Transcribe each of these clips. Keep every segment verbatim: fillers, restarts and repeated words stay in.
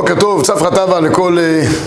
בוקר טוב, צפרא טבא לכל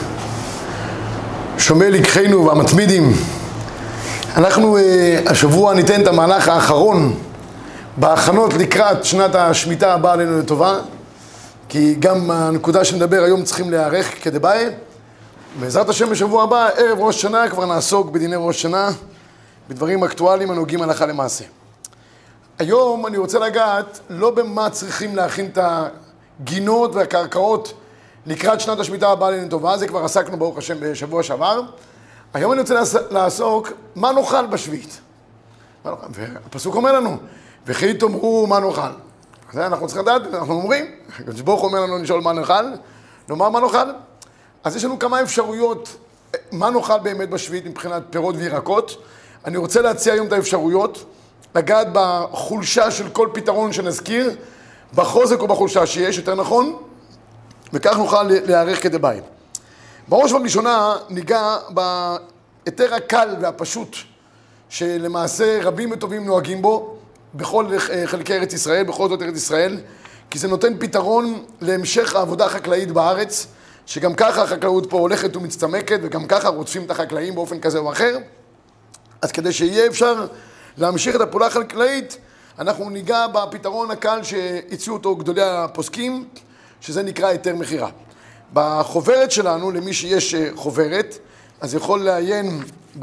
שומעי לקחינו והמתמידים. אנחנו השבוע ניתן את המהלך האחרון בהכנות לקראת שנת השמיטה הבאה עלינו לטובה, כי גם הנקודה שנדבר היום צריכים להיערך כדבעי. בעזרת השם בשבוע הבא, ערב ראש שנה, כבר נעסוק בדיני ראש שנה, בדברים אקטואליים הנוגעים הלכה למעשה. היום אני רוצה לגעת לא במה צריכים להכין את הגינות והקרקעות לקראת שנת השמיטה הבאה עלינו לטובה, זה כבר עסקנו ברוך השם בשבוע שעבר. היום אני רוצה לעסוק מה נאכל בשביעית. והפסוק אומר לנו, וכי תאמרו מה נאכל. זה אנחנו צריכים לדעת, אנחנו אומרים, ברוך אומר לנו לשאול מה נאכל, נאמר מה נאכל. אז יש לנו כמה אפשרויות, מה נאכל באמת בשביעית מבחינת פירות וירקות. אני רוצה להציע היום את האפשרויות, לגעת בחולשה של כל פתרון שנזכיר, בחוזק או בחולשה שיש, יותר נכון, וכך נוכל להיערך כדבעי. בראש ובראשונה ניגע בהיתר הקל והפשוט, שלמעשה רבים וטובים נוהגים בו, בכל חלקי ארץ ישראל, בכל זאת ארץ ישראל, כי זה נותן פתרון להמשך העבודה החקלאית בארץ, שגם ככה החקלאות פה הולכת ומצטמקת, וגם ככה רוצפים את החקלאים באופן כזה או אחר. אז כדי שיהיה אפשר להמשיך את הפעולה החקלאית, אנחנו ניגע בפתרון הקל שהציעו אותו גדולי הפוסקים, שזה נקרא היתר מכירה. בחוברת שלנו, למי שיש חוברת, אז יכול לעיין ב...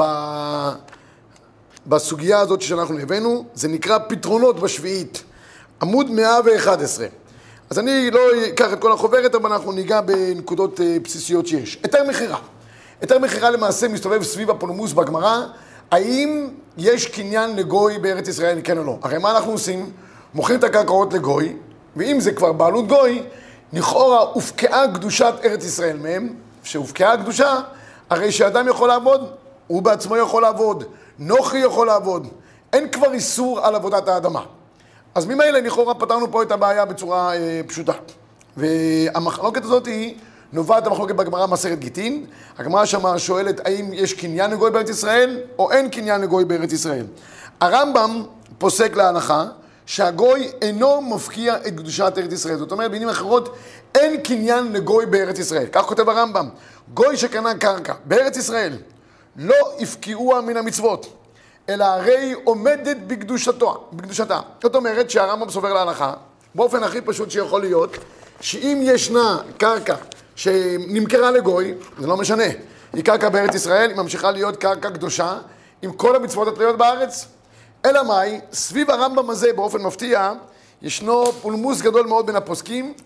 בסוגיה הזאת שאנחנו הבאנו, זה נקרא פתרונות בשביעית, עמוד מאה ואחת עשרה. אז אני לא אקח את כל החוברת, אבל אנחנו ניגע בנקודות בסיסיות שיש. היתר מכירה. היתר מכירה למעשה מסתובב סביב הפולמוס בגמרא, האם יש קניין לגוי בארץ ישראל, כן או לא? הרי מה אנחנו עושים? מוכרים את הקרקעות לגוי, ואם זה כבר בעלות גוי, לכאורה הופקעה קדושת ארץ ישראל מהם, שהופקעה קדושה, הרי שאדם יכול לעבוד, הוא בעצמו יכול לעבוד, נוחי יכול לעבוד, אין כבר איסור על עבודת האדמה. אז ממילא לכאורה פתרנו פה את הבעיה בצורה אה, פשוטה. והמחלוקת הזאת היא נובעת המחלוקת בגמרא מסכת גיטין. הגמרא שמה שואלת האם יש קניין לגוי בארץ ישראל או אין קניין לגוי בארץ ישראל. הרמב"ם פוסק להלכה שהגוי אינו מפקיע את קדושת ארץ ישראל. זאת אומרת, בעניינים אחרות, אין קניין לגוי בארץ ישראל. כך כותב הרמב"ם, גוי שקנה קרקע בארץ ישראל, לא הפקיעוה מן המצוות, אלא הרי עומדת בקדושתו, בקדושתה. זאת אומרת שהרמב"ם סובר להלכה, באופן הכי פשוט שיכול להיות, שאם ישנה קרקע שנמכרה לגוי, זה לא משנה, היא קרקע בארץ ישראל, היא ממשיכה להיות קרקע קדושה, עם כל המצוות התלויות בארץ. אלא מאי, סביב הרמב"ם הזה באופן מפתיע, ישנו פולמוס גדול מאוד בין הפוסקים,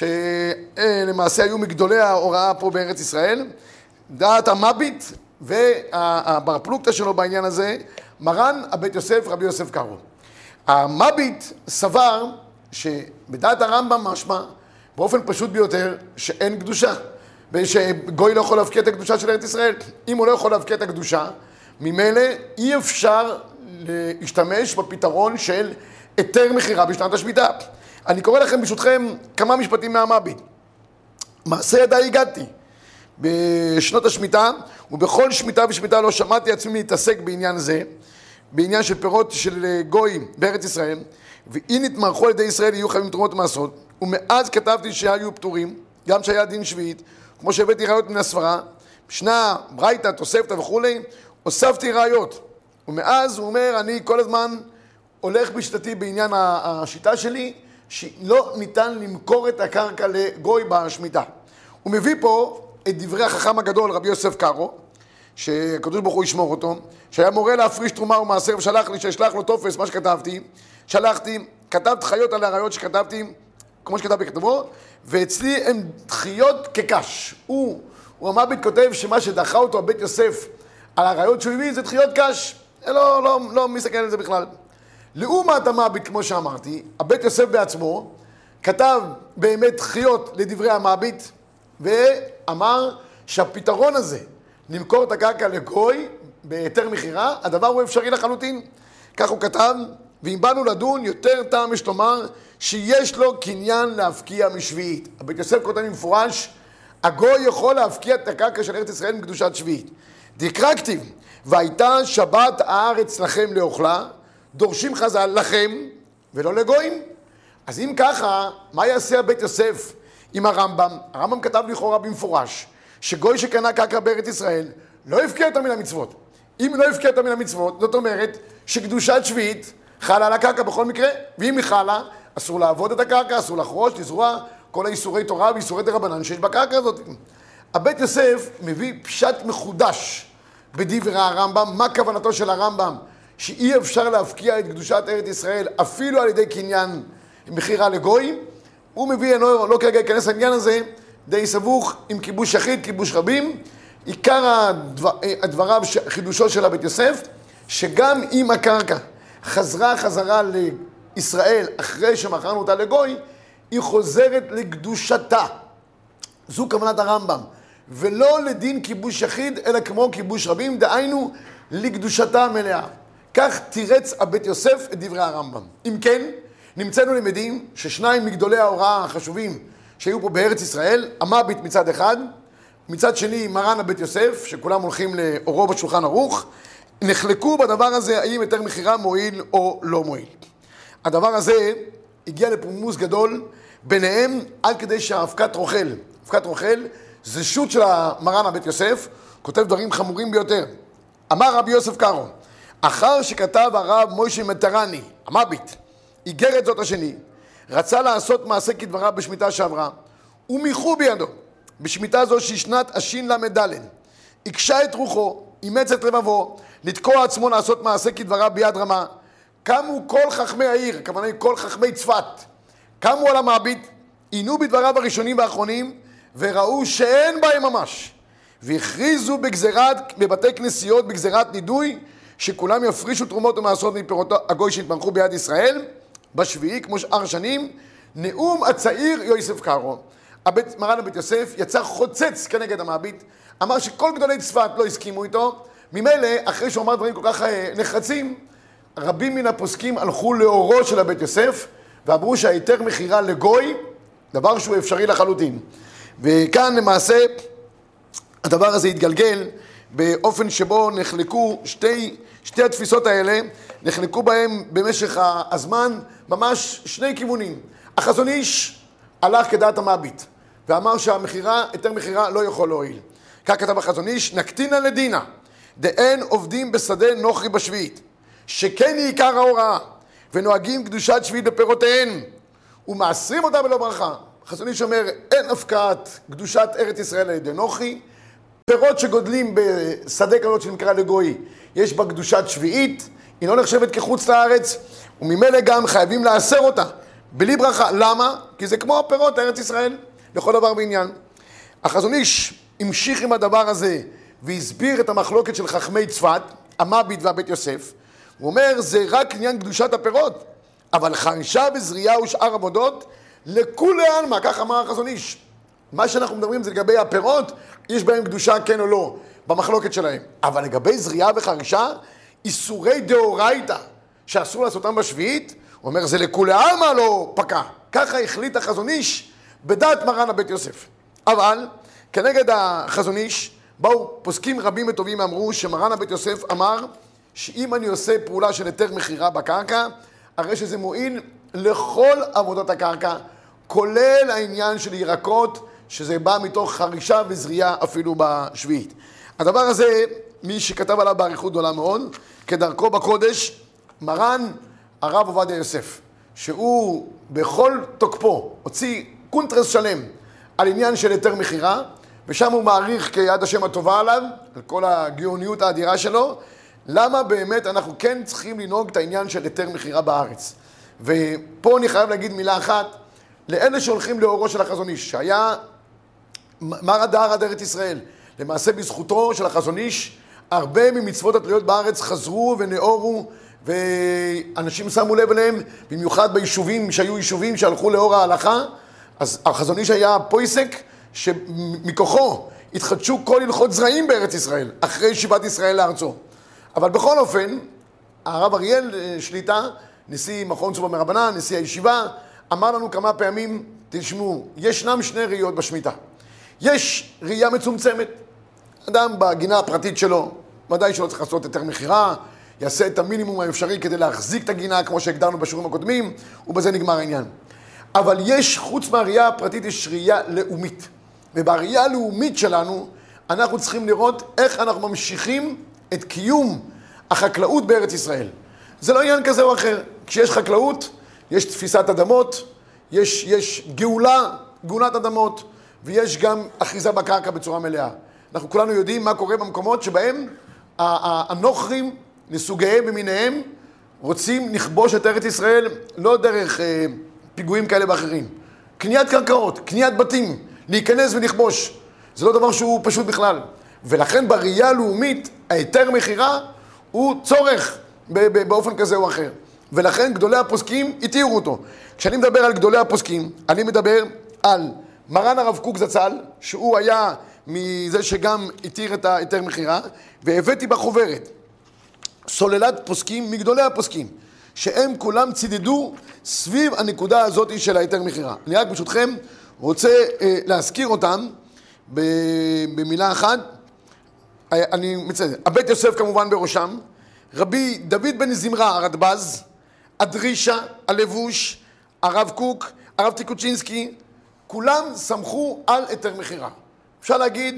שלמעשה היו מגדולי ההוראה פה בארץ ישראל, דעת המביט והבר פלוגתא שלו בעניין הזה, מרן הבית יוסף רבי יוסף קארו. המביט סבר שבדעת הרמב"ם משמע, באופן פשוט ביותר, שאין קדושה, ושגוי לא יכול להפקיע את הקדושה של ארץ ישראל. אם הוא לא יכול להפקיע את הקדושה, ממילא אי אפשר להשתמש בפתרון של היתר מכירה בשנת השמיטה. אני קורא לכם ברשותכם כמה משפטים מהמביט. מעשה ידיי הגעתי בשנות השמיטה, ובכל שמיטה ושמיטה לא שמעתי עצמי להתעסק בעניין זה, בעניין של פירות של גוי בארץ ישראל, ואם נתמרחו על ידי ישראל יהיו חייבים תרומות ומעשרות, ומאז כתבתי שהיו פטורים, גם שהיה דין שביעית, כמו שהבאתי ראיות מן הספרה, משנה, ברייתא, תוספתא וכולי, הוספתי ראיות. ומאז הוא אומר, אני כל הזמן הולך בשיטתי בעניין השיטה שלי, שלא ניתן למכור את הקרקע לגוי בשמיטה. הוא מביא פה את דברי החכם הגדול, רבי יוסף קארו, שהקדוש ברוך הוא ישמור אותו, שהיה מורה להפריש תרומה ומעשר, ושלח לי שישלח לו טופס, מה שכתבתי, שלחתי, כתב דחיות על הראיות שכתבתי, כמו שכתב בכתבו, ואצלי הן דחיות כקש. הוא, הוא המביט כותב שמה שדחה אותו הבית יוסף על הראיות שהוא הביא, זה דחיות קש. לא, לא, לא מסתכל על זה בכלל. לעומת המביט, כמו שאמרתי, הבית יוסף בעצמו כתב באמת דחיות לדברי המביט, ואמר שהפתרון הזה, למכור את הקרקע לגוי בהיתר מכירה, הדבר הוא אפשרי לחלוטין. כך הוא כתב, ואם באנו לדון, יותר טעם יש לומר שיש לו קניין להפקיע משביעית. הבית יוסף כותב במפורש, הגוי יכול להפקיע את הקרקע של ארץ ישראל מקדושת שביעית. דקרא כתיב, והייתה שבת הארץ לכם לאוכלה, דורשים חז"ל לכם ולא לגויים. אז אם ככה, מה יעשה הבית יוסף עם הרמב"ם. הרמב"ם כתב לכאורה במפורש, שגוי שקנה קרקע בארץ ישראל, לא הפקיע אותה מן המצוות. אם לא הפקיע אותה מן המצוות, זאת אומרת שקדושת שביעית חלה על הקרקע בכל מקרה, ואם היא חלה, אסור לעבוד את הקרקע, אסור לחרוש, לזרוע, כל האיסורי תורה ואיסורי דרבנן שיש בקרקע הזאת. הבית יוסף מביא פשט מחודש בדברי הרמב"ם. מה כוונתו של הרמב"ם? שאי אפשר להפקיע את קדושת ארץ ישראל אפילו על ידי קניין מחירה לגוי. הוא מביא, לא, לא כרגע ייכנס לעניין הזה, די סבוך עם כיבוש יחיד, כיבוש רבים. עיקר הדבר, הדבריו, חידושו של הבית יוסף, שגם אם הקרקע חזרה חזרה לישראל אחרי שמכרנו אותה לגוי, היא חוזרת לקדושתה. זו כוונת הרמב"ם. ולא לדין כיבוש יחיד, אלא כמו כיבוש רבים, דהיינו לקדושתה המלאה. כך תירץ הבית יוסף את דברי הרמב"ם. אם כן, נמצאנו למדים ששניים מגדולי ההוראה החשובים שהיו פה בארץ ישראל, המביט מצד אחד, מצד שני מרן הבית יוסף, שכולם הולכים לאורו בשולחן ערוך, נחלקו בדבר הזה האם יותר מחירה מועיל או לא מועיל. הדבר הזה הגיע לפולמוס גדול ביניהם עד כדי שהאבקת רוכל, אבקת רוכל זה שו"ת של מרן הבית יוסף, כותב דברים חמורים ביותר. אמר רבי יוסף קארו, אחר שכתב הרב מוישה מטרני, המביט, איגרת זאת השני, רצה לעשות מעשה כדבריו בשמיטה שעברה, ומיחו בידו, בשמיטה זו שהיא שנת השין למד, הקשה את רוחו, אימץ את רבבו, לתקוע עצמו לעשות מעשה כדבריו ביד רמה. קמו כל חכמי העיר, הכוונה היא כל חכמי צפת, קמו על המביט, עינו בדבריו הראשונים והאחרונים, וראו שאין בהם ממש, והכריזו בגזירת, בבתי כנסיות, בגזירת נידוי, שכולם יפרישו תרומות ומעשרות מפירות הגוי שהתמלכו ביד ישראל, בשביעי, כמו שאר שנים, נאום הצעיר יוסף קארו. הבית, מרן הבית יוסף יצא חוצץ כנגד המביט, אמר שכל גדולי צפת לא הסכימו איתו, ממילא, אחרי שהוא אמר דברים כל כך נחרצים, רבים מן הפוסקים הלכו לאורו של הבית יוסף, ואמרו שהיתר מחירה לגוי, דבר שהוא אפשרי לחלוטין. וכאן למעשה הדבר הזה התגלגל באופן שבו נחלקו שתי, שתי התפיסות האלה, נחלקו בהם במשך הזמן ממש שני כיוונים. החזון איש הלך כדעת המביט, ואמר שהמחירה, יותר מחירה לא יכול להועיל. כך כתב החזון איש, נקטינה לדינה, דאין עובדים בשדה נוכרי בשביעית, שכן היא עיקר ההוראה, ונוהגים קדושת שביעית בפירותיהן, ומעשרים אותה בלא ברכה. החזון איש אומר, אין הפקעת קדושת ארץ ישראל על ידי נוכרי, פירות שגודלים בשדה כזאת שנקרא לגוי, יש בה קדושת שביעית, היא לא נחשבת כחוץ לארץ, וממילא גם חייבים לאסר אותה, בלי ברכה. למה? כי זה כמו הפירות ארץ ישראל, לכל דבר בעניין. החזון איש המשיך עם הדבר הזה, והסביר את המחלוקת של חכמי צפת, המביט והבית יוסף. הוא אומר, זה רק עניין קדושת הפירות, אבל חרישה וזריעה ושאר עבודות, לכולי עלמא, כך אמר החזון איש. מה שאנחנו מדברים זה לגבי הפירות, יש בהם קדושה כן או לא, במחלוקת שלהם. אבל לגבי זריעה וחרישה, איסורי דאורייתא, שאסור לעשותם בשביעית, הוא אומר, זה לכולי עלמא לא פקע. ככה החליט החזון איש בדעת מרן הבית יוסף. אבל, כנגד החזון איש, באו פוסקים רבים וטובים ואמרו שמרן הבית יוסף אמר, שאם אני עושה פעולה של היתר מחירה בקרקע, הרי שזה מועיל לכל עבודות הקרקע, כולל העניין של ירקות, שזה בא מתוך חרישה וזריעה אפילו בשביעית. הדבר הזה, מי שכתב עליו בעריכות גדולה מאוד, כדרכו בקודש, מרן הרב עובדיה יוסף, שהוא בכל תוקפו הוציא קונטרס שלם על עניין של היתר מחירה, ושם הוא מעריך כיד השם הטובה עליו, על כל הגאוניות האדירה שלו, למה באמת אנחנו כן צריכים לנהוג את העניין של היתר מחירה בארץ. ופה אני חייב להגיד מילה אחת, לאלה שהולכים לאורו של החזון איש, שהיה מר הדר עד ארץ ישראל. למעשה בזכותו של החזון איש, הרבה ממצוות התלויות בארץ חזרו ונאורו, ואנשים שמו לב אליהם, במיוחד ביישובים שהיו יישובים שהלכו לאור ההלכה, אז החזון איש היה פויסק, שמכוחו התחדשו כל הלכות זרעים בארץ ישראל, אחרי שיבת ישראל לארצו. אבל בכל אופן, הרב אריאל שליטה, נשיא מכון צובה מרבנן, נשיא הישיבה, אמר לנו כמה פעמים, תשמעו, ישנם שני ראיות בשמיטה. יש ראייה מצומצמת, אדם בגינה הפרטית שלו, ודאי שלא צריך לעשות יותר מחירה, יעשה את המינימום האפשרי כדי להחזיק את הגינה, כמו שהגדרנו בשיעורים הקודמים, ובזה נגמר העניין. אבל יש, חוץ מהראייה הפרטית, יש ראייה לאומית. ובראייה הלאומית שלנו, אנחנו צריכים לראות איך אנחנו ממשיכים את קיום החקלאות בארץ ישראל. זה לא עניין כזה או אחר. כשיש חקלאות, יש תפיסת אדמות, יש, יש גאולה, גאולת אדמות, ויש גם אחיזה בקרקע בצורה מלאה. אנחנו כולנו יודעים מה קורה במקומות שבהם הנוכרים לסוגיהם ומיניהם רוצים לכבוש את ארץ ישראל לא דרך אה, פיגועים כאלה ואחרים. קניית קרקעות, קניית בתים, להיכנס ולכבוש. זה לא דבר שהוא פשוט בכלל. ולכן בראייה הלאומית, היתר מחירה הוא צורך באופן כזה או אחר. ולכן גדולי הפוסקים התירו אותו. כשאני מדבר על גדולי הפוסקים, אני מדבר על מרן הרב קוק זצ"ל, שהוא היה מזה שגם התיר את היתר מחירה, והבאתי בחוברת סוללת פוסקים מגדולי הפוסקים, שהם כולם צידדו סביב הנקודה הזאת של היתר מחירה. אני רק ברשותכם רוצה אה, להזכיר אותם במילה אחת. אני מצטער, הבית יוסף כמובן בראשם, רבי דוד בן זמרה הרדב"ז, אדרישה, הלבוש, הרב קוק, הרב טיקוצ'ינסקי, כולם סמכו על היתר מחירה. אפשר להגיד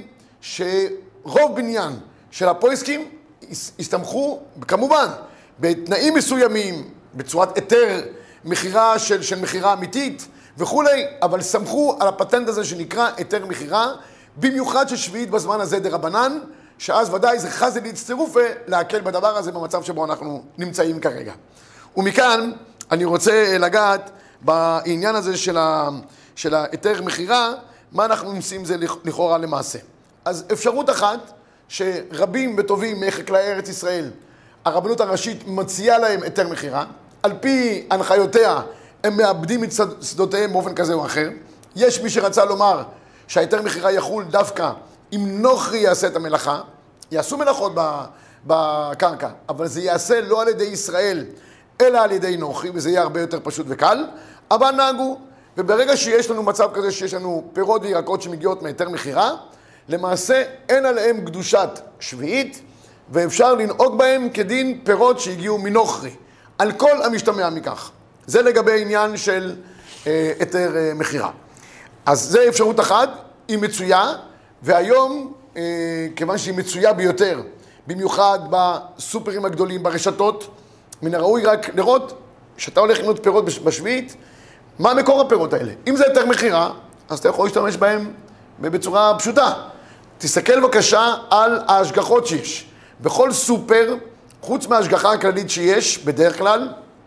שרוב בניין של הפויסקים הסתמכו כמובן בתנאים מסוימים, בצורת היתר מחירה של, של מחירה אמיתית וכולי, אבל סמכו על הפטנט הזה שנקרא היתר מחירה, במיוחד ששביעית בזמן הזה דרבנן, שאז ודאי זה חזי להצטרופה להקל בדבר הזה במצב שבו אנחנו נמצאים כרגע. ומכאן אני רוצה לגעת בעניין הזה של, ה, של היתר מחירה, מה אנחנו עושים עם זה לכאורה למעשה. אז אפשרות אחת, שרבים וטובים מחקלאי ארץ ישראל, הרבנות הראשית מציעה להם היתר מחירה, על פי הנחיותיה הם מאבדים את שדותיהם באופן כזה או אחר. יש מי שרצה לומר שהיתר מחירה יחול דווקא אם נוכרי יעשה את המלאכה, יעשו מלאכות בקרקע, אבל זה יעשה לא על ידי ישראל, אלא על ידי נוכרי, וזה יהיה הרבה יותר פשוט וקל, אבל נהגו, וברגע שיש לנו מצב כזה שיש לנו פירות וירקות שמגיעות מהיתר מחירה, למעשה אין עליהם קדושת שביעית, ואפשר לנהוג בהם כדין פירות שהגיעו מנוכרי, על כל המשתמע מכך. זה לגבי עניין של היתר אה, מחירה. אז זה אפשרות אחת, היא מצויה, והיום, אה, כיוון שהיא מצויה ביותר, במיוחד בסופרים הגדולים, ברשתות, מן הראוי רק לראות שאתה הולך לקנות פירות בשביעית, מה מקור הפירות האלה? אם זה היתר מחירה, אז אתה יכול להשתמש בהם בצורה פשוטה. תסתכל בבקשה על ההשגחות שיש. בכל סופר, חוץ מההשגחה הכללית שיש, בדרך כלל,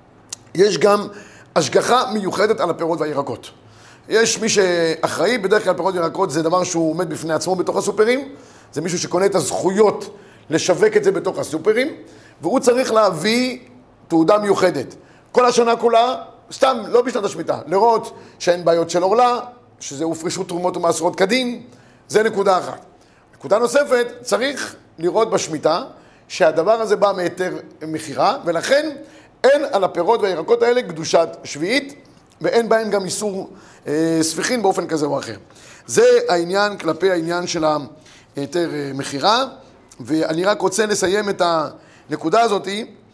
יש גם השגחה מיוחדת על הפירות והירקות. יש מי שאחראי, בדרך כלל פירות וירקות זה דבר שהוא עומד בפני עצמו בתוך הסופרים, זה מישהו שקונה את הזכויות לשווק את זה בתוך הסופרים, והוא צריך להביא תעודה מיוחדת. כל השנה כולה, סתם, לא בשנת השמיטה, לראות שאין בעיות של עורלה, שזה הופרשו תרומות ומעשרות כדין, זה נקודה אחת. נקודה נוספת, צריך לראות בשמיטה שהדבר הזה בא מהיתר מחירה, ולכן אין על הפירות והירקות האלה קדושת שביעית, ואין בהם גם איסור אה, ספיחין באופן כזה או אחר. זה העניין כלפי העניין של היתר אה, מחירה, ואני רק רוצה לסיים את הנקודה הזאת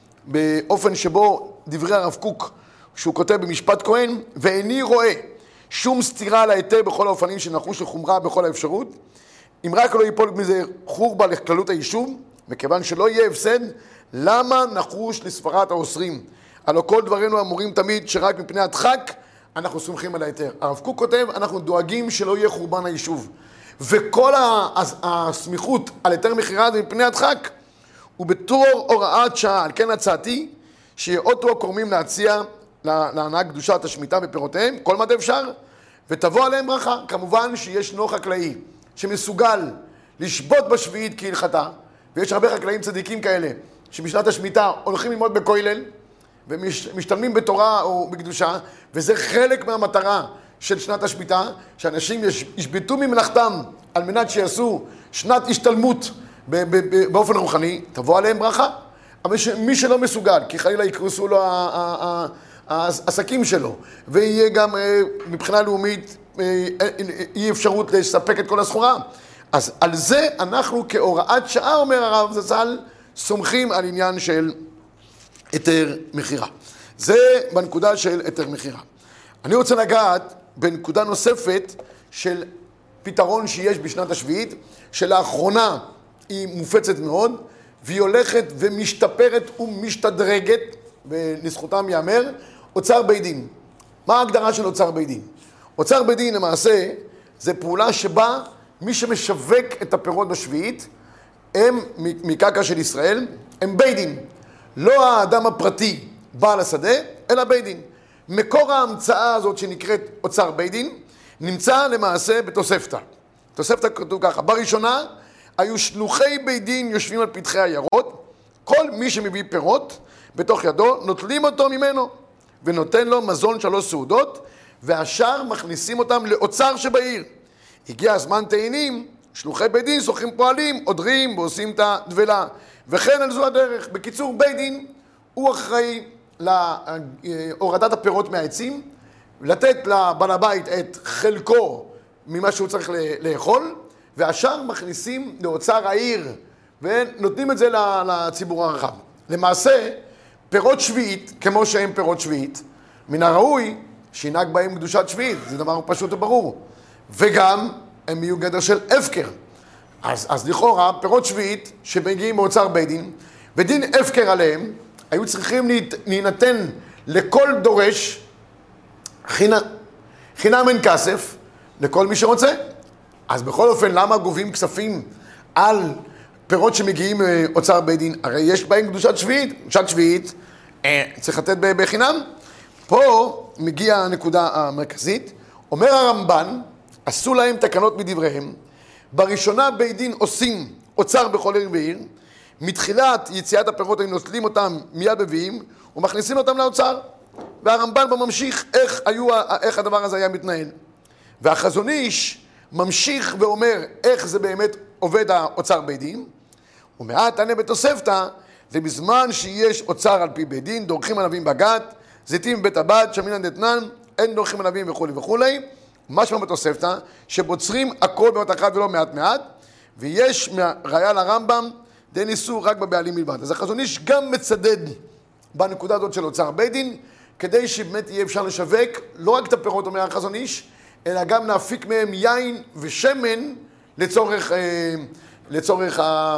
באופן שבו דברי הרב קוק, שהוא כותב במשפט כהן, ואיני רואה שום סתירה להיתר בכל האופנים שנחוש לחומרה בכל האפשרות, אם רק לא ייפול מזה חורבה לכללות היישוב, מכיוון שלא יהיה הפסד, למה נחוש לספרת האוסרים? הלא כל דברינו אמורים תמיד שרק מפני הדחק אנחנו סומכים על היתר. הרב קוק כותב, אנחנו דואגים שלא יהיה חורבן היישוב. וכל הסמיכות על היתר מחירה מפני הדחק, הוא בתור הוראת שעה. על כן הצעתי, שיאותו הקורמים להציע להנהג קדושת השמיטה בפירותיהם, כל מה אפשר, ותבוא עליהם ברכה. כמובן שיש נו חקלאי שמסוגל לשבות בשביעית כהלכתה, ויש הרבה חקלאים צדיקים כאלה, שבשנת השמיטה הולכים ללמוד בכולל, ומשתלמים בתורה או בקדושה, וזה חלק מהמטרה של שנת השמיטה, שאנשים ישבטו ממלאכתם על מנת שיעשו שנת השתלמות באופן רוחני, תבוא עליהם ברכה. אבל מי שלא מסוגל, כי חלילה יקרסו לו העסקים שלו, ויהיה גם מבחינה לאומית אי אפשרות לספק את כל הסחורה, אז על זה אנחנו כהוראת שעה, אומר הרב זצ"ל, סומכים על עניין של היתר מחירה. זה בנקודה של היתר מחירה. אני רוצה לגעת בנקודה נוספת של פתרון שיש בשנת השביעית, שלאחרונה היא מופצת מאוד, והיא הולכת ומשתפרת ומשתדרגת, ולזכותם יאמר, אוצר בית דין. מה ההגדרה של אוצר בית דין? אוצר בית דין למעשה זה פעולה שבה מי שמשווק את הפירות בשביעית, הם מקרקע של ישראל, הם בית דין. לא האדם הפרטי בעל השדה, אלא בית דין. מקור ההמצאה הזאת שנקראת אוצר בית דין, נמצא למעשה בתוספתא. תוספתא כתוב ככה, בראשונה היו שלוחי בית דין יושבים על פתחי היערות, כל מי שמביא פירות בתוך ידו, נוטלים אותו ממנו, ונותן לו מזון שלוש סעודות, והשאר מכניסים אותם לאוצר שבעיר. הגיע הזמן תאנים, שלוחי בית דין שוכרים פועלים, עודרים ועושים את הדבלה, וכן על זו הדרך. בקיצור, בית דין הוא אחראי להורדת הפירות מהעצים, לתת לבעל הבית את חלקו ממה שהוא צריך לאכול, והשאר מכניסים לאוצר העיר, ונותנים את זה לציבור הרחב. למעשה, פירות שביעית, כמו שהם פירות שביעית, מן הראוי שינהג בהם קדושת שביעית, זה דבר פשוט וברור. וגם הם יהיו גדר של הפקר. אז, אז לכאורה, פירות שביעית שמגיעים מאוצר בית דין, ודין הפקר עליהם, היו צריכים להינתן לכל דורש חינם, חינם אין כסף לכל מי שרוצה. אז בכל אופן, למה גובים כספים על פירות שמגיעים מאוצר בית דין? הרי יש בהם קדושת שביעית, קדושת שביעית אה, צריך לתת בחינם. פה מגיעה הנקודה המרכזית, אומר הרמב"ן, עשו להם תקנות מדבריהם, בראשונה בית דין עושים אוצר בכל עיר ועיר, מתחילת יציאת הפירות הם נוטלים אותם מיד מביאים ומכניסים אותם לאוצר. והרמב"ן ממשיך איך, היו, איך הדבר הזה היה מתנהל. והחזון איש ממשיך ואומר איך זה באמת עובד האוצר בית דין, ומעט ענה בתוספתא, זה בזמן שיש אוצר על פי בית דין, דורכים ענבים בגת, זיתים בית הבד, שמינן דתנן, אין דורכים ענבים וכו' וכו'. משמע בתוספתא, שבוצרים הכל בבת אחת ולא מעט מעט, ויש ראיה לרמב"ם, די ניסו רק בבעלים בלבד. אז החזון איש גם מצדד בנקודה הזאת של אוצר בית דין, כדי שבאמת יהיה אפשר לשווק לא רק את הפירות, אומר החזון איש, אלא גם להפיק מהם יין ושמן לצורך, לצורך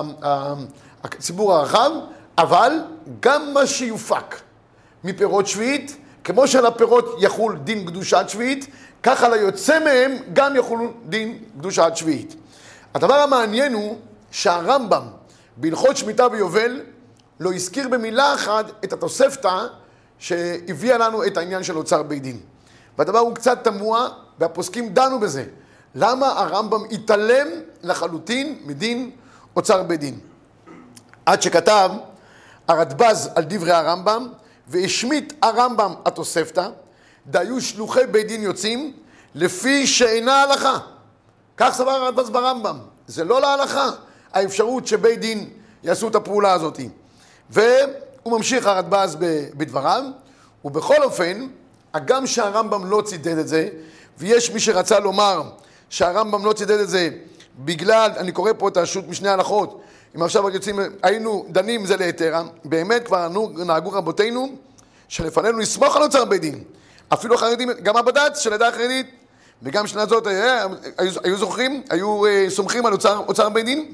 הציבור הרחב, אבל גם מה שיופק מפירות שביעית, כמו שעל הפירות יחול דין קדושת שביעית, ככה ליוצא מהם גם יחול דין קדושת שביעית. הדבר המעניין הוא שהרמב"ם בהלכות שמיטה ויובל לא הזכיר במילה אחת את התוספתא שהביאה לנו את העניין של אוצר בית דין. והדבר הוא קצת תמוה, והפוסקים דנו בזה. למה הרמב"ם התעלם לחלוטין מדין אוצר בית דין? עד שכתב הרדב"ז על דברי הרמב"ם, והשמיט הרמב"ם התוספתא, דיו שלוחי בית דין יוצאים, לפי שאינה הלכה. כך סבר הרדב"ז ברמב"ם. זה לא להלכה, האפשרות שבית דין יעשו את הפעולה הזאת. והוא ממשיך הרדב"ז בדבריו, ובכל אופן, הגם שהרמב"ם לא צידד את זה, ויש מי שרצה לומר שהרמב"ם לא צידד את זה, בגלל, אני קורא פה את השו"ת משני הלכות, אם עכשיו יוצאים, היינו דנים זה ליתרה, באמת כבר נהגו רבותינו, שלפנינו לסמוך על אוצר בית דין. אפילו חרדים, גם הבד"ץ של העדה החרדית, וגם שנה זאת, היו, היו זוכרים, היו סומכים על אוצר, אוצר בית דין,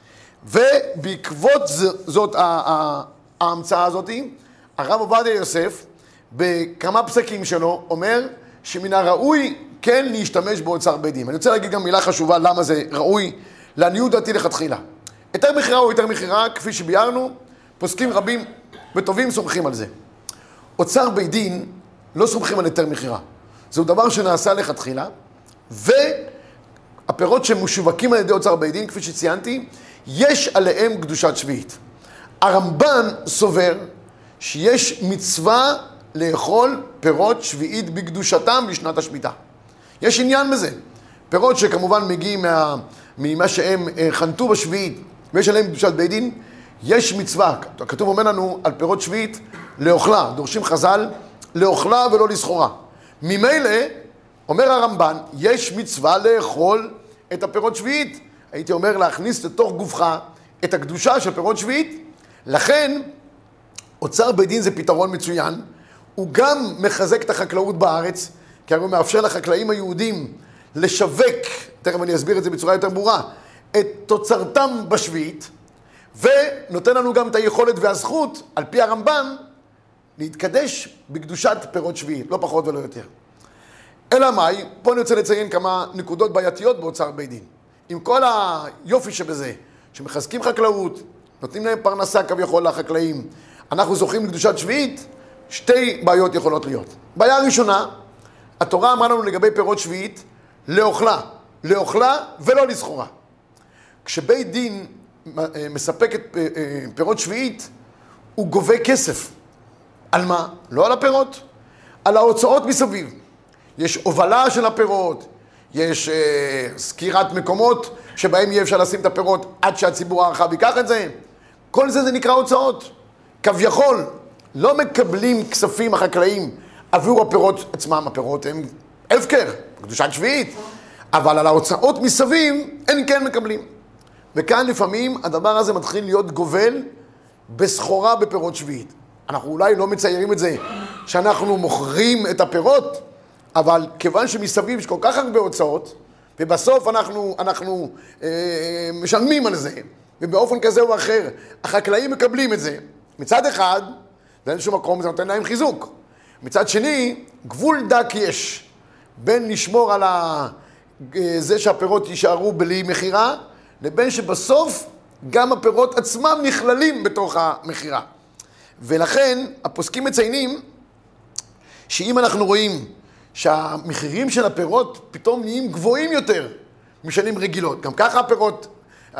ובעקבות זאת, ההמצאה הזאת, הרב עובדיה יוסף, בכמה פסקים שלו, אומר שמן הראוי כן להשתמש באוצר בית דין. אני רוצה להגיד גם מילה חשובה למה זה ראוי לעניות דעתי לכתחילה. היתר מכירה או היתר מכירה, כפי שביארנו, פוסקים רבים וטובים סומכים על זה. אוצר בית דין לא סומכים על היתר מכירה. זהו דבר שנעשה לכתחילה, והפירות שמושווקים על ידי אוצר בית דין, כפי שציינתי, יש עליהם קדושת שביעית. הרמב"ן סובר שיש מצווה לאכול פירות שביעית בקדושתם בשנת השמיטה. יש עניין בזה. פירות שכמובן מגיעים מה, ממה שהם חנתו בשביעית, ויש עליהם קדושת בית דין, יש מצווה. כתוב אומר לנו על פירות שביעית לאוכלה, דורשים חז"ל, לאוכלה ולא לסחורה. ממילא, אומר הרמב"ן, יש מצווה לאכול את הפירות שביעית. הייתי אומר להכניס לתוך גופך את הקדושה של פירות שביעית. לכן, אוצר בית דין זה פתרון מצוין. הוא גם מחזק את החקלאות בארץ, כי הרי הוא מאפשר לחקלאים היהודים לשווק, תכף אני אסביר את זה בצורה יותר ברורה, את תוצרתם בשביעית, ונותן לנו גם את היכולת והזכות, על פי הרמב"ן, להתקדש בקדושת פירות שביעית, לא פחות ולא יותר. אלא מאי, פה אני רוצה לציין כמה נקודות בעייתיות באוצר בית דין. עם כל היופי שבזה, שמחזקים חקלאות, נותנים להם פרנסה כביכול לחקלאים, אנחנו זוכים לקדושת שביעית, שתי בעיות יכולות להיות. בעיה ראשונה, התורה אמרה לנו לגבי פירות שביעית, לאוכלה, לאוכלה ולא לסחורה. כשבית דין מספק את פירות שביעית, הוא גובה כסף. על מה? לא על הפירות, על ההוצאות מסביב. יש הובלה של הפירות, יש אה, סקירת מקומות שבהם יהיה אפשר לשים את הפירות עד שהציבור הרחב ייקח את זה. כל זה זה נקרא הוצאות. כביכול, לא מקבלים כספים החקלאים עבור הפירות עצמם. הפירות הם הפקר, קדושת שביעית. אבל על ההוצאות מסביב אין כן מקבלים. וכאן לפעמים הדבר הזה מתחיל להיות גובל בסחורה בפירות שביעית. אנחנו אולי לא מציירים את זה שאנחנו מוכרים את הפירות, אבל כיוון שמסביב יש כל כך הרבה הוצאות, ובסוף אנחנו, אנחנו אה, משלמים על זה, ובאופן כזה או אחר, החקלאים מקבלים את זה. מצד אחד, באיזשהו מקום זה נותן להם חיזוק. מצד שני, גבול דק יש בין לשמור על ה... זה שהפירות יישארו בלי מחירה, לבין שבסוף גם הפירות עצמם נכללים בתוך המחירה. ולכן הפוסקים מציינים שאם אנחנו רואים שהמחירים של הפירות פתאום נהיים גבוהים יותר משנים רגילות, גם ככה הפירות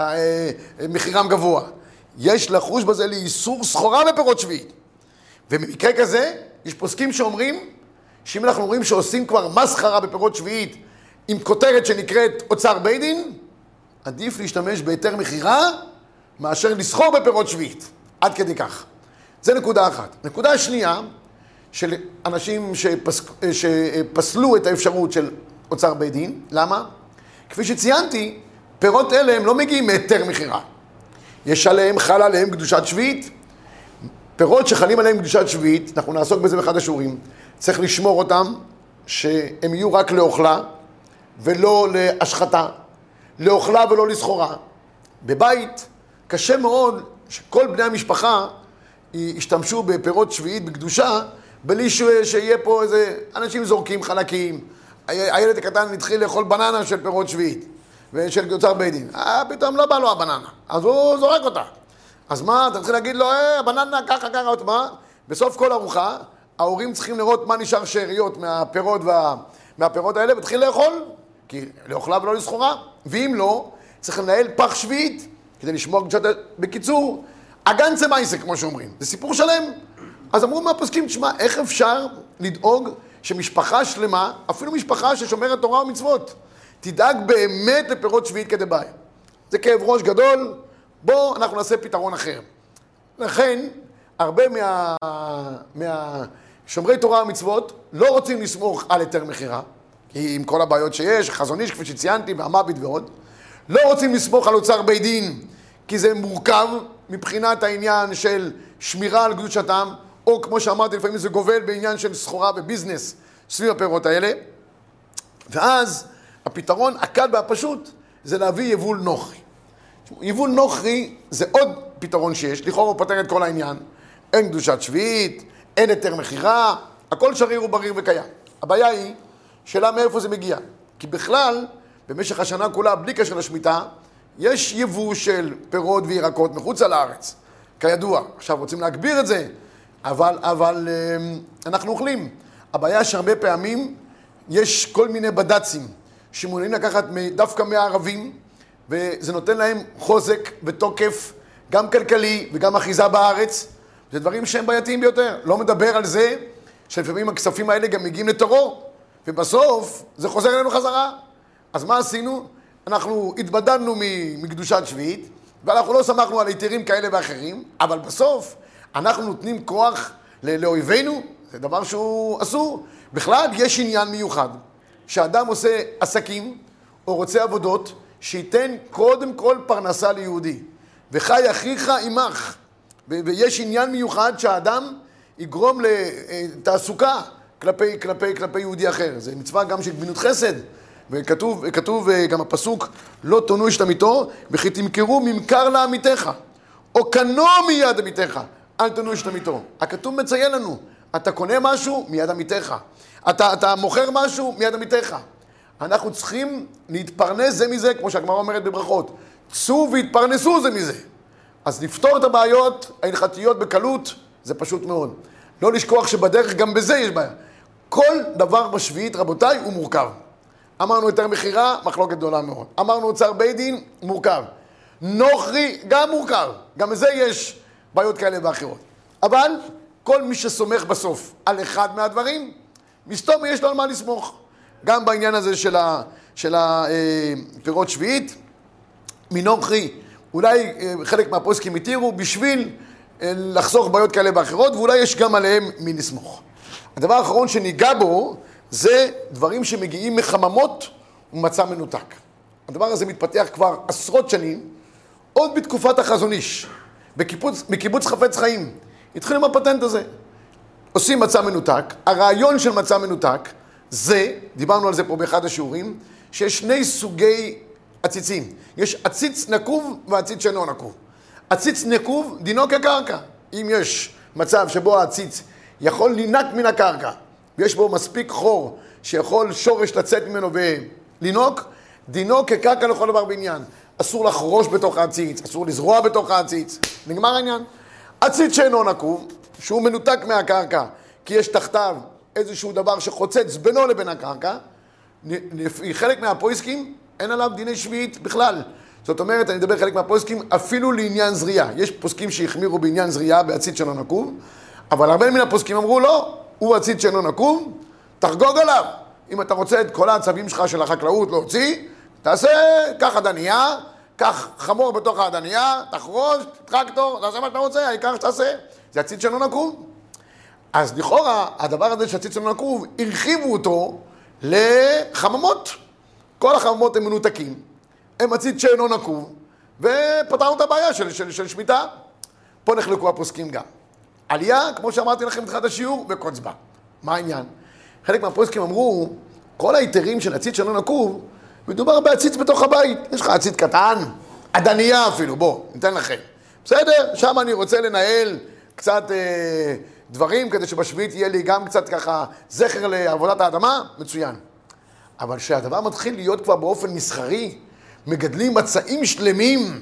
מחירם גבוה, יש לחוש בזה לאיסור סחורה בפירות שביעית. ובמקרה כזה יש פוסקים שאומרים שאם אנחנו אומרים שעושים כבר מסחרה בפירות שביעית עם כותרת שנקראת אוצר בית דין, עדיף להשתמש בהיתר מחירה מאשר לסחור בפירות שביעית. עד כדי כך. זה נקודה אחת. נקודה שנייה, של אנשים שפס... שפסלו את האפשרות של אוצר בית דין. למה? כפי שציינתי, פירות אלה הם לא מגיעים מהיתר מחירה. יש עליהם, חל עליהם קדושת שביעית. פירות שחלים עליהם קדושת שביעית, אנחנו נעסוק בזה באחד השיעורים, צריך לשמור אותם שהם יהיו רק לאוכלה ולא להשחתה, לאוכלה ולא לסחורה. בבית קשה מאוד שכל בני המשפחה ישתמשו בפירות שביעית בקדושה, בלי שיהיה פה איזה אנשים זורקים חלקים. הילד הקטן התחיל לאכול בננה של פירות שביעית ושל אוצר בית דין. אה, פתאום לא בא לו הבננה, אז הוא זורק אותה. אז מה, אתה צריך להגיד לו, אה, הבננה ככה ככה, עוד מה? בסוף כל ארוחה, ההורים צריכים לראות מה נשאר שאריות מהפירות, וה... מהפירות האלה, ותתחיל לאכול, כי לאוכלה ולא לסחורה. ואם לא, צריך לנהל פח שביעית, כדי לשמור קדושת... בקיצור, הגנצה מייסה, כמו שאומרים. זה סיפור שלם. אז אמרו מהפוסקים, תשמע, איך אפשר לדאוג שמשפחה שלמה, אפילו משפחה ששומרת תורה ומצוות, תדאג באמת לפירות שביעית כדבעי. זה כאב ראש גדול, בואו אנחנו נעשה פתרון אחר. לכן, הרבה מה... מהשומרי תורה ומצוות לא רוצים לסמוך על היתר מחירה, כי עם כל הבעיות שיש, חזון איש, כפי שציינתי, והמוות ועוד, לא רוצים לסמוך על אוצר בית דין, כי זה מורכב מבחינת העניין של שמירה על קדושתם, או כמו שאמרתי, לפעמים זה גובל בעניין של סחורה וביזנס סביב הפירות האלה. ואז הפתרון הקל והפשוט זה להביא יבול נוכרי. יבול נוכרי זה עוד פתרון שיש, לכאורה הוא פותר את כל העניין. אין קדושת שביעית, אין היתר מחירה, הכל שריר ובריר וקיים. הבעיה היא, שאלה מאיפה זה מגיע. כי בכלל, במשך השנה כולה, בלי קשר לשמיטה, יש יבוא של פירות וירקות מחוץ לארץ, כידוע. עכשיו רוצים להגביר את זה, אבל, אבל אנחנו אוכלים. הבעיה שהרבה פעמים יש כל מיני בד"צים שמעוניינים לקחת דווקא מהערבים, וזה נותן להם חוזק ותוקף, גם כלכלי וגם אחיזה בארץ. זה דברים שהם בעייתיים ביותר. לא מדבר על זה שלפעמים הכספים האלה גם מגיעים לטרור, ובסוף זה חוזר אלינו חזרה. אז מה עשינו? אנחנו התבדלנו מקדושת שביעית, ואנחנו לא שמחנו על היתרים כאלה ואחרים, אבל בסוף אנחנו נותנים כוח לאויבינו, זה דבר שהוא אסור. בכלל יש עניין מיוחד, שאדם עושה עסקים או רוצה עבודות, שייתן קודם כל פרנסה ליהודי, וחי אחיך עמך, ויש עניין מיוחד שהאדם יגרום לתעסוקה כלפי, כלפי, כלפי יהודי אחר. זה מצווה גם של גמילות חסד. וכתוב, כתוב גם הפסוק, לא תונו איש עמיתו, וכי תמכרו ממכר לעמיתך, או קנו מיד עמיתך, אל תונו איש עמיתו. הכתוב מציין לנו, אתה קונה משהו, מיד עמיתך. אתה, אתה מוכר משהו, מיד עמיתך. אנחנו צריכים להתפרנס זה מזה, כמו שהגמרא אומרת בברכות. צאו והתפרנסו זה מזה. אז לפתור את הבעיות ההלכתיות בקלות, זה פשוט מאוד. לא לשכוח שבדרך גם בזה יש בעיה. כל דבר בשביעית, רבותיי, הוא מורכב. אמרנו יותר מחירה, מחלוקת גדולה מאוד. אמרנו אוצר בית דין, מורכב. נוכרי, גם מורכב. גם בזה יש בעיות כאלה ואחרות. אבל כל מי שסומך בסוף על אחד מהדברים, מסתום יש לו על מה לסמוך. גם בעניין הזה של, ה, של הפירות שביעית, מנוכרי, אולי חלק מהפוסקים התירו בשביל לחסוך בעיות כאלה ואחרות, ואולי יש גם עליהם מי לסמוך. הדבר האחרון שניגע בו, זה דברים שמגיעים מחממות ומצע מנותק. הדבר הזה מתפתח כבר עשרות שנים, עוד בתקופת החזון איש, בקיבוץ, בקיבוץ חפץ חיים. התחיל עם הפטנט הזה. עושים מצע מנותק. הרעיון של מצע מנותק זה, דיברנו על זה פה באחד השיעורים, שיש שני סוגי עציצים. יש עציץ נקוב ועציץ שאינו נקוב. עציץ נקוב דינו כקרקע. אם יש מצב שבו העציץ יכול לינק מן הקרקע, ויש בו מספיק חור שיכול שורש לצאת ממנו ולינוק, דינו כקרקע לכל דבר בעניין. אסור לחרוש בתוך העציץ, אסור לזרוע בתוך העציץ. נגמר העניין. עציץ שאינו נקוב, שהוא מנותק מהקרקע, כי יש תחתיו איזשהו דבר שחוצץ בינו לבין הקרקע, לפי חלק מהפויסקים אין עליו דיני שביעית בכלל. זאת אומרת, אני מדבר חלק מהפוסקים, אפילו לעניין זריעה. יש פוסקים שהחמירו בעניין זריעה בעציץ שאינו נקוב, אבל הרבה מן הפוסקים אמרו לא, הוא עציץ שאינו נקוב, תחגוג עליו. אם אתה רוצה את כל העצבים שלך של החקלאות להוציא, תעשה, קח עדניה, קח חמור בתוך העדניה, תחרוש, טרקטור, תעשה מה שאתה רוצה, העיקר שתעשה. זה עציץ שאינו נקוב. אז לכאורה, הדבר הזה שעציץ שאינו נקוב, הרחיבו אותו לחממות. כל החממות הם מנותקים, הם עציץ שאינו נקוב, ופתרנו את הבעיה של, של, של שמיטה. פה נחלקו הפוסקים גם. עלייה, כמו שאמרתי לכם בתחילת השיעור, וקוצבה. מה העניין? חלק מהפוסקים אמרו, כל היתרים של עציץ שאינו נקוב, מדובר בעציץ בתוך הבית. יש לך עציץ קטן, עדניה אפילו, בוא, ניתן לכם. בסדר? שם אני רוצה לנהל קצת אה, דברים, כדי שבשביעית יהיה לי גם קצת ככה זכר לעבודת האדמה, מצוין. אבל כשהדבר מתחיל להיות כבר באופן מסחרי, מגדלים מצעים שלמים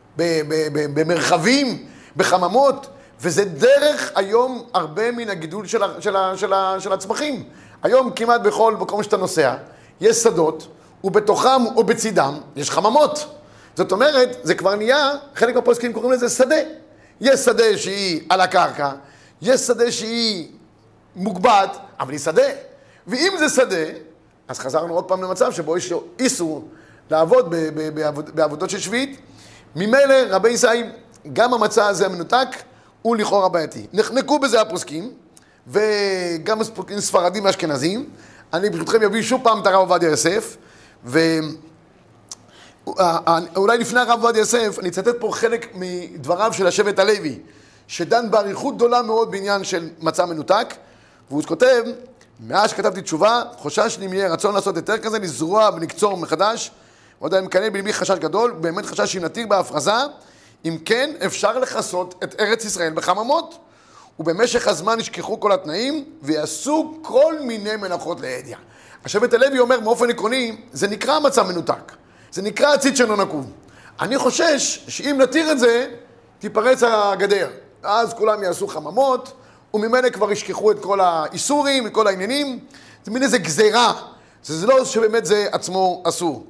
במרחבים, בחממות, וזה דרך היום הרבה מן הגידול של, של, של, של הצמחים. היום כמעט בכל מקום שאתה נוסע, יש שדות, ובתוכם או בצידם יש חממות. זאת אומרת, זה כבר נהיה, חלק מהפוסקים קוראים לזה שדה. יש שדה שהיא על הקרקע, יש שדה שהיא מוגבעת, אבל היא שדה. ואם זה שדה, אז חזרנו עוד פעם למצב שבו יש איסור לעבוד ב- ב- בעבוד, בעבודות של שביעית. ממילא רבי ישראל, גם המצע הזה המנותק, הוא לכאורה בעייתי. נחנקו בזה הפוסקים, וגם הפוסקים ספרדים ואשכנזים. אני ברשותכם אביא שוב פעם את הרב עובדיה יוסף, ואולי לפני הרב עובדיה יוסף, אני אצטט פה חלק מדבריו של השבט הלוי, שדן באריכות גדולה מאוד בעניין של מצע מנותק, והוא כותב, מאז שכתבתי תשובה, חוששני מי יהיה רצון לעשות יותר כזה, לזרוע ולקצור מחדש, ועוד אני מקנא בלבי חשש גדול, באמת חשש שנתיר בהפרזה, אם כן אפשר לחסות את ארץ ישראל בחממות, ובמשך הזמן ישכחו כל התנאים, ויעשו כל מיני מלאכות להדיא. השבט הלוי אומר, מאופן עקרוני, זה נקרא מצע מנותק, זה נקרא עציץ שאינו נקוב. אני חושש שאם נתיר את זה, תיפרץ הגדר, אז כולם יעשו חממות, וממילא כבר ישכחו את כל האיסורים, את כל העניינים, זה מין איזה גזירה, זה, זה לא שבאמת זה עצמו אסור.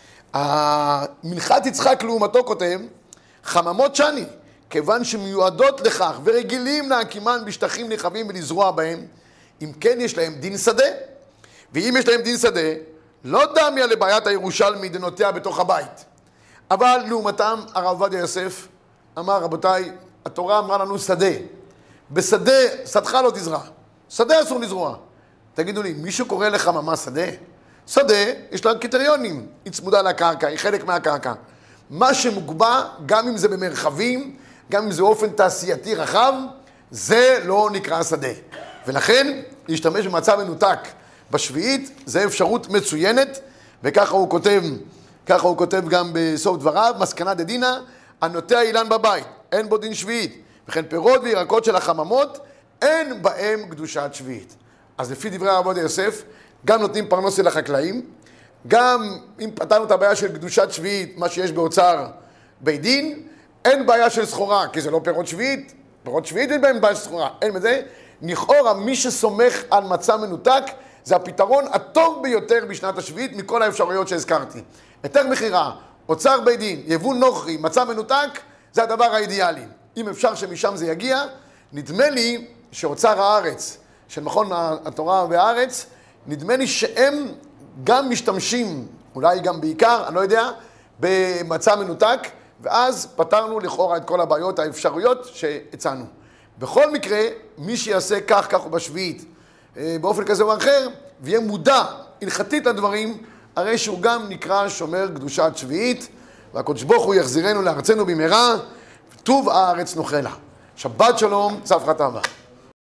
מנחת יצחק לעומתו כותב, חממות שני, כיוון שמיועדות לכך ורגילים להקימן בשטחים נרחבים ולזרוע בהם, אם כן יש להם דין שדה, ואם יש להם דין שדה, לא דמיה לבעיית הירושלמי דנותיה בתוך הבית. אבל לעומתם הרב עובדיה יוסף אמר, רבותיי, התורה אמרה לנו שדה. בשדה, שדך לא תזרע. שדה אסור לזרוע. תגידו לי, מישהו קורא לחממה שדה? שדה, יש לה קריטריונים. היא צמודה לקרקע, היא חלק מהקרקע. מה שמוגבה, גם אם זה במרחבים, גם אם זה באופן תעשייתי רחב, זה לא נקרא שדה. ולכן להשתמש במצה מנותק בשביעית זה אפשרות מצוינת, וככה הוא כותב, ככה הוא כותב גם בסוף דבריו, מסקנה דדינא, הנוטע אילן בבית, אין בו דין שביעית, וכן פירות וירקות של החממות, אין בהם קדושת שביעית. אז לפי דברי הרב עובדיה יוסף, גם נותנים פרנסה לחקלאים, גם אם פתרנו את הבעיה של קדושת שביעית, מה שיש באוצר בית דין, אין בעיה של סחורה, כי זה לא פירות שביעית, פירות שביעית אין בהם בעיה של סחורה, אין בזה. לכאורה, מי שסומך על מצה מנותק, זה הפתרון הטוב ביותר בשנת השביעית מכל האפשרויות שהזכרתי. היתר מכירה, אוצר בית דין, יבוא נוכרי, מצה מנותק, זה הדבר האידיאלי. אם אפשר שמשם זה יגיע, נדמה לי שאוצר הארץ, של מכון התורה והארץ, נדמה לי שהם גם משתמשים, אולי גם בעיקר, אני לא יודע, במצה מנותק, ואז פתרנו לכאורה את כל הבעיות האפשרויות שהצענו. בכל מקרה, מי שיעשה כך, כך ובשביעית, באופן כזה או אחר, ויהיה מודע הלכתית לדברים, הרי שהוא גם נקרא שומר קדושת שביעית, והקדוש ברוך הוא יחזירנו לארצנו במהרה, וטוב הארץ נאכלה. שבת שלום, צלחה טובה.